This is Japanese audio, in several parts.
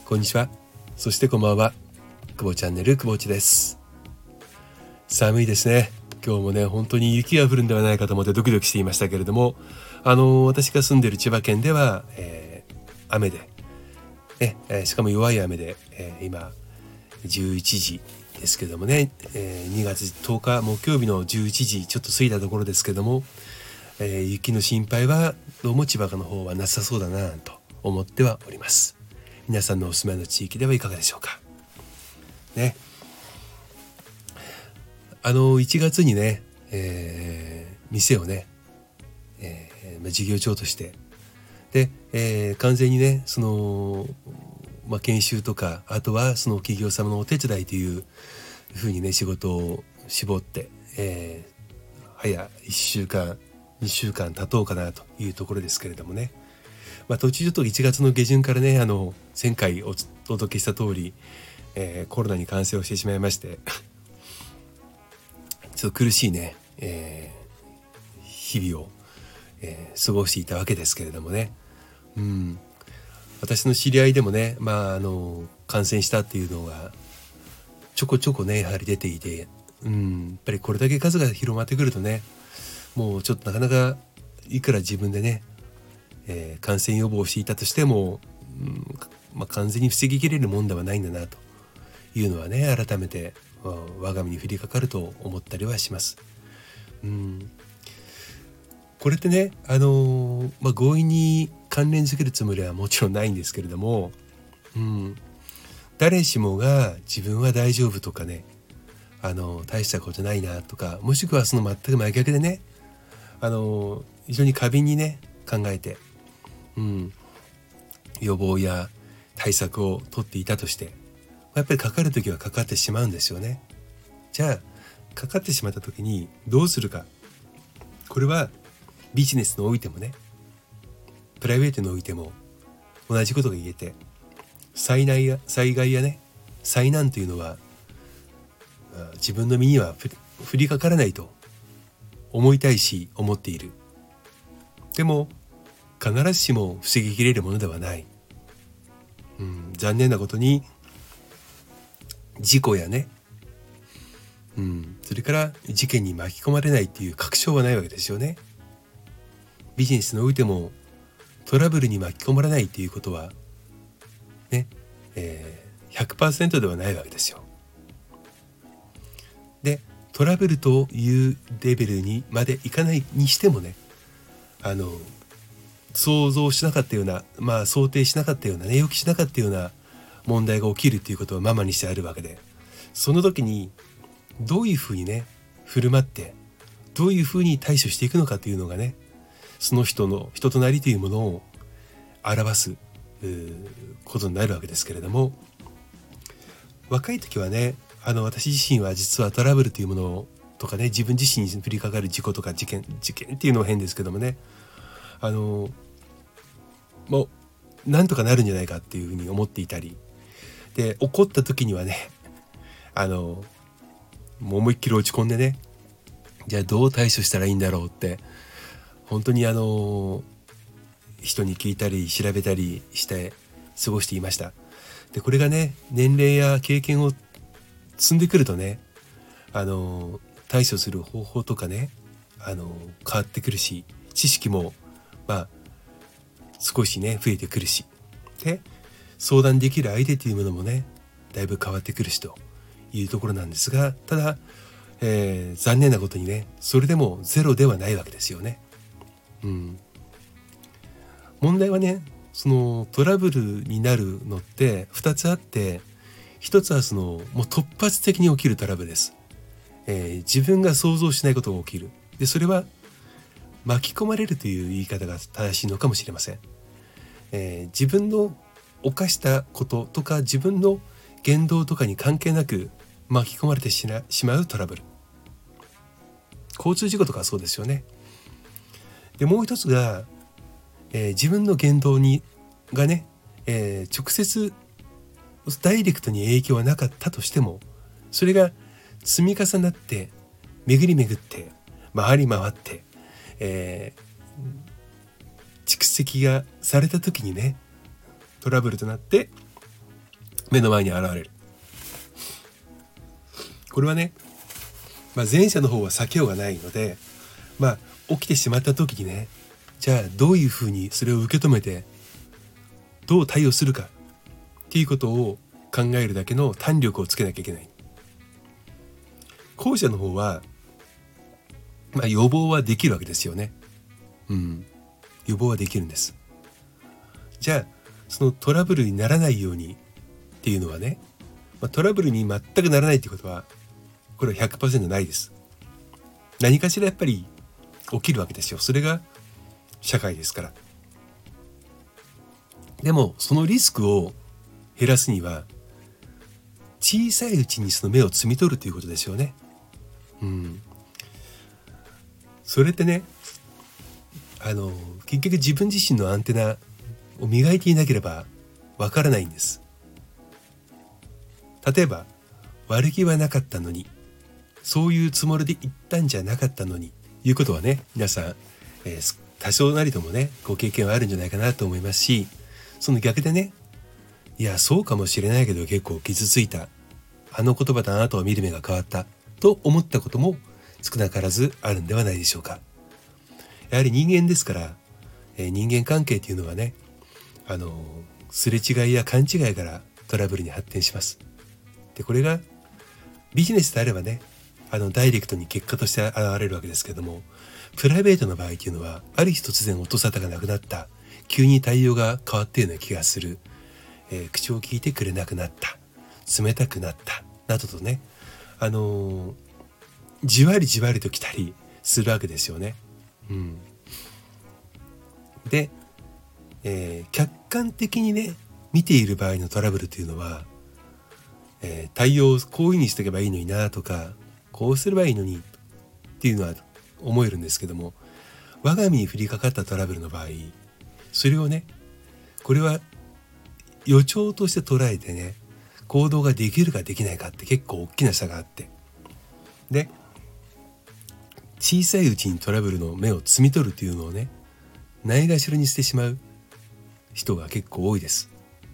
こんにちは。そしてこんばんは。久保チャンネル久保地です。寒いですね。今日もね、本当に雪が降るんではないかと思ってドキドキしていましたけれども、私が住んでいる千葉県では、雨で、しかも弱い雨で、今11時ですけどもね、2月10日木曜日の11時ちょっと過ぎたところですけども、雪の心配はどうも千葉の方はなさそうだなと思ってはおります。皆さんのお住まいの地域ではいかがでしょうかね。1月にね、店をね、事業長としてで、完全にねその、研修とかあとはその企業様のお手伝いというふうにね仕事を絞って、早1週間2週間経とうかなというところですけれどもね、途中ちょっと1月の下旬からね前回お届けした通り、コロナに感染をしてしまいましてちょっと苦しいね、日々を、過ごしていたわけですけれどもね、私の知り合いでもね、感染したっていうのがちょこちょこねやはり出ていて、やっぱりこれだけ数が広まってくるとね、もうちょっとなかなかいくら自分でね、感染予防していたとしても、完全に防ぎきれるもんではないんだなというのはね改めて我が身に降りかかると思ったりはします。これってね、強引に関連づけるつもりはもちろんないんですけれども、誰しもが自分は大丈夫とかね、大したことないなとか、もしくはその全く真逆でね、非常に過敏にね考えて、予防や対策を取っていたとして、やっぱりかかるときはかかってしまうんですよね。じゃあかかってしまったときにどうするか。これはビジネスにおいてもね、プライベートにおいても同じことが言えて、災害やね災難というのは自分の身には降りかからないと思いたいし思っている。でも必ずしも防ぎきれるものではない。残念なことに事故やね、それから事件に巻き込まれないっていう確証はないわけですよね。ビジネスにおいてもトラブルに巻き込まれないっていうことはね、100% ではないわけですよ。でトラブルというレベルにまでいかないにしてもね、想像しなかったような、想定しなかったようなね、予期しなかったような問題が起きるっていうことはママにしてあるわけで、その時にどういうふうにね振る舞ってどういうふうに対処していくのかというのがね、その人の人となりというものを表すことになるわけですけれども、若い時はね私自身は実はトラブルというものとかね、自分自身に降りかかる事故とか事件っていうのは変ですけどもね、もうなんとかなるんじゃないかっていうふうに思っていたりで、起こった時にはねもう思いっきり落ち込んでね、じゃあどう対処したらいいんだろうって本当に人に聞いたり調べたりして過ごしていました。でこれがね年齢や経験を積んでくるとね対処する方法とかね変わってくるし、知識も少しね増えてくるし、で相談できる相手というものもねだいぶ変わってくるしというところなんですが、ただ、残念なことにねそれでもゼロではないわけですよね。問題はねそのトラブルになるのって2つあって、1つはそのもう突発的に起きるトラブルです。自分が想像しないことが起きる。でそれは巻き込まれるという言い方が正しいのかもしれません。自分の犯したこととか自分の言動とかに関係なく巻き込まれてしまうトラブル、交通事故とかそうですよね。でもう一つが、自分の言動がね、直接ダイレクトに影響はなかったとしても、それが積み重なって巡り巡って回り回って、蓄積がされた時にねトラブルとなって目の前に現れる。これはね、前者の方は避けようがないので、起きてしまった時にね、じゃあどういうふうにそれを受け止めてどう対応するかっていうことを考えるだけの胆力をつけなきゃいけない。後者の方は、予防はできるわけですよね。予防はできるんです。じゃあそのトラブルにならないようにっていうのはね、トラブルに全くならないっていうことはこれは 100% ないです。何かしらやっぱり起きるわけですよ。それが社会ですから。でもそのリスクを減らすには小さいうちにその芽を摘み取るということですよね。それってね、結局自分自身のアンテナを磨いていなければわからないんです。例えば悪気はなかったのに、そういうつもりで言ったんじゃなかったのにいうことはね、皆さん、多少なりともねご経験はあるんじゃないかなと思いますし、その逆でね、いやそうかもしれないけど結構傷ついた、あの言葉であなたを見る目が変わったと思ったことも少なからずあるんではないでしょうか。やはり人間ですから、人間関係というのはね、すれ違いや勘違いからトラブルに発展します。でこれがビジネスであればね、ダイレクトに結果として現れるわけですけども、プライベートの場合というのは、ある日突然音沙汰がなくなった、急に対応が変わったような気がする、口を聞いてくれなくなった、冷たくなったなどとね、じわりじわりと来たりするわけですよね。で、客観的にね見ている場合のトラブルというのは、対応をこういうふうにしておけばいいのになとか、こうすればいいのにっていうのは思えるんですけども、我が身に降りかかったトラブルの場合、それをね、これは予兆として捉えてね、行動ができるかできないかって結構大きな差があって、で小さいうちにトラブルの芽を摘み取るというのをね、ないがしろにしてしまう人が結構多いです。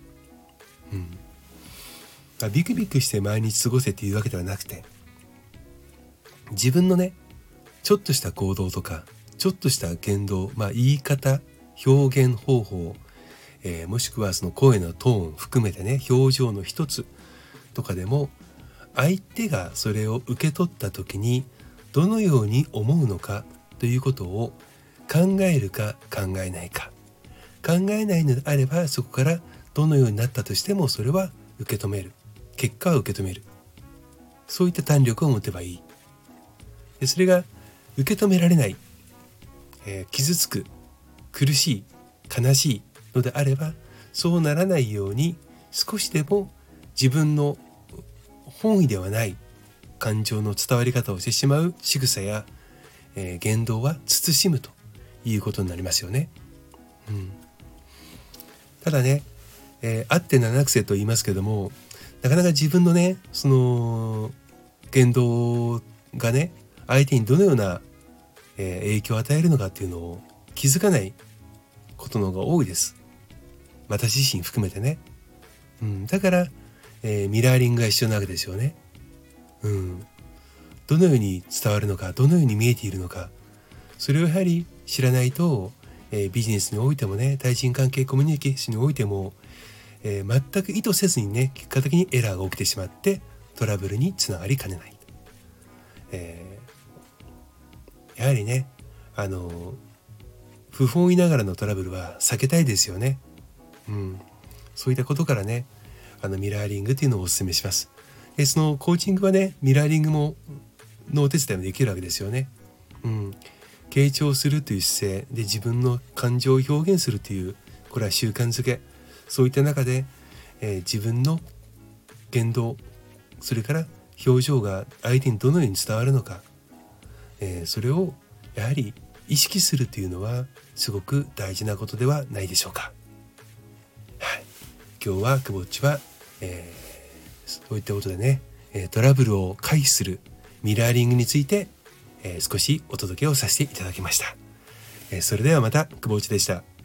ビクビクして毎日過ごせっていうわけではなくて、自分のねちょっとした行動とかちょっとした言動、言い方、表現方法、もしくはその声のトーン含めてね、表情の一つとかでも、相手がそれを受け取った時にどのように思うのかということを考えるか考えないか。考えないのであれば、そこからどのようになったとしてもそれは受け止める、結果を受け止める、そういった胆力を持てばいい。でそれが受け止められない、傷つく、苦しい、悲しいのであれば、そうならないように少しでも自分の本意ではない感情の伝わり方をしてしまう仕草や、言動は慎むということになりますよね。ただね、あって七癖と言いますけども、なかなか自分のねその言動がね、相手にどのような、影響を与えるのかっていうのを気づかないことの方が多いです。私自身含めてね。だから、ミラーリングが必要なわけですよね。どのように伝わるのか、どのように見えているのか、それをやはり知らないと、ビジネスにおいてもね、対人関係コミュニケーションにおいても、全く意図せずにね、結果的にエラーが起きてしまってトラブルにつながりかねない。やはりね、不本意ながらのトラブルは避けたいですよね。そういったことからね、ミラーリングっていうのをお勧めします。そのコーチングはね、ミラーリングのお手伝いもできるわけですよね。傾聴するという姿勢で自分の感情を表現するという、これは習慣づけ、そういった中で、自分の言動、それから表情が相手にどのように伝わるのか、それをやはり意識するというのはすごく大事なことではないでしょうか。今日はくぼっちは、そういったことでね、トラブルを回避するミラーリングについて、少しお届けをさせていただきました。それではまた、くぼっちでした。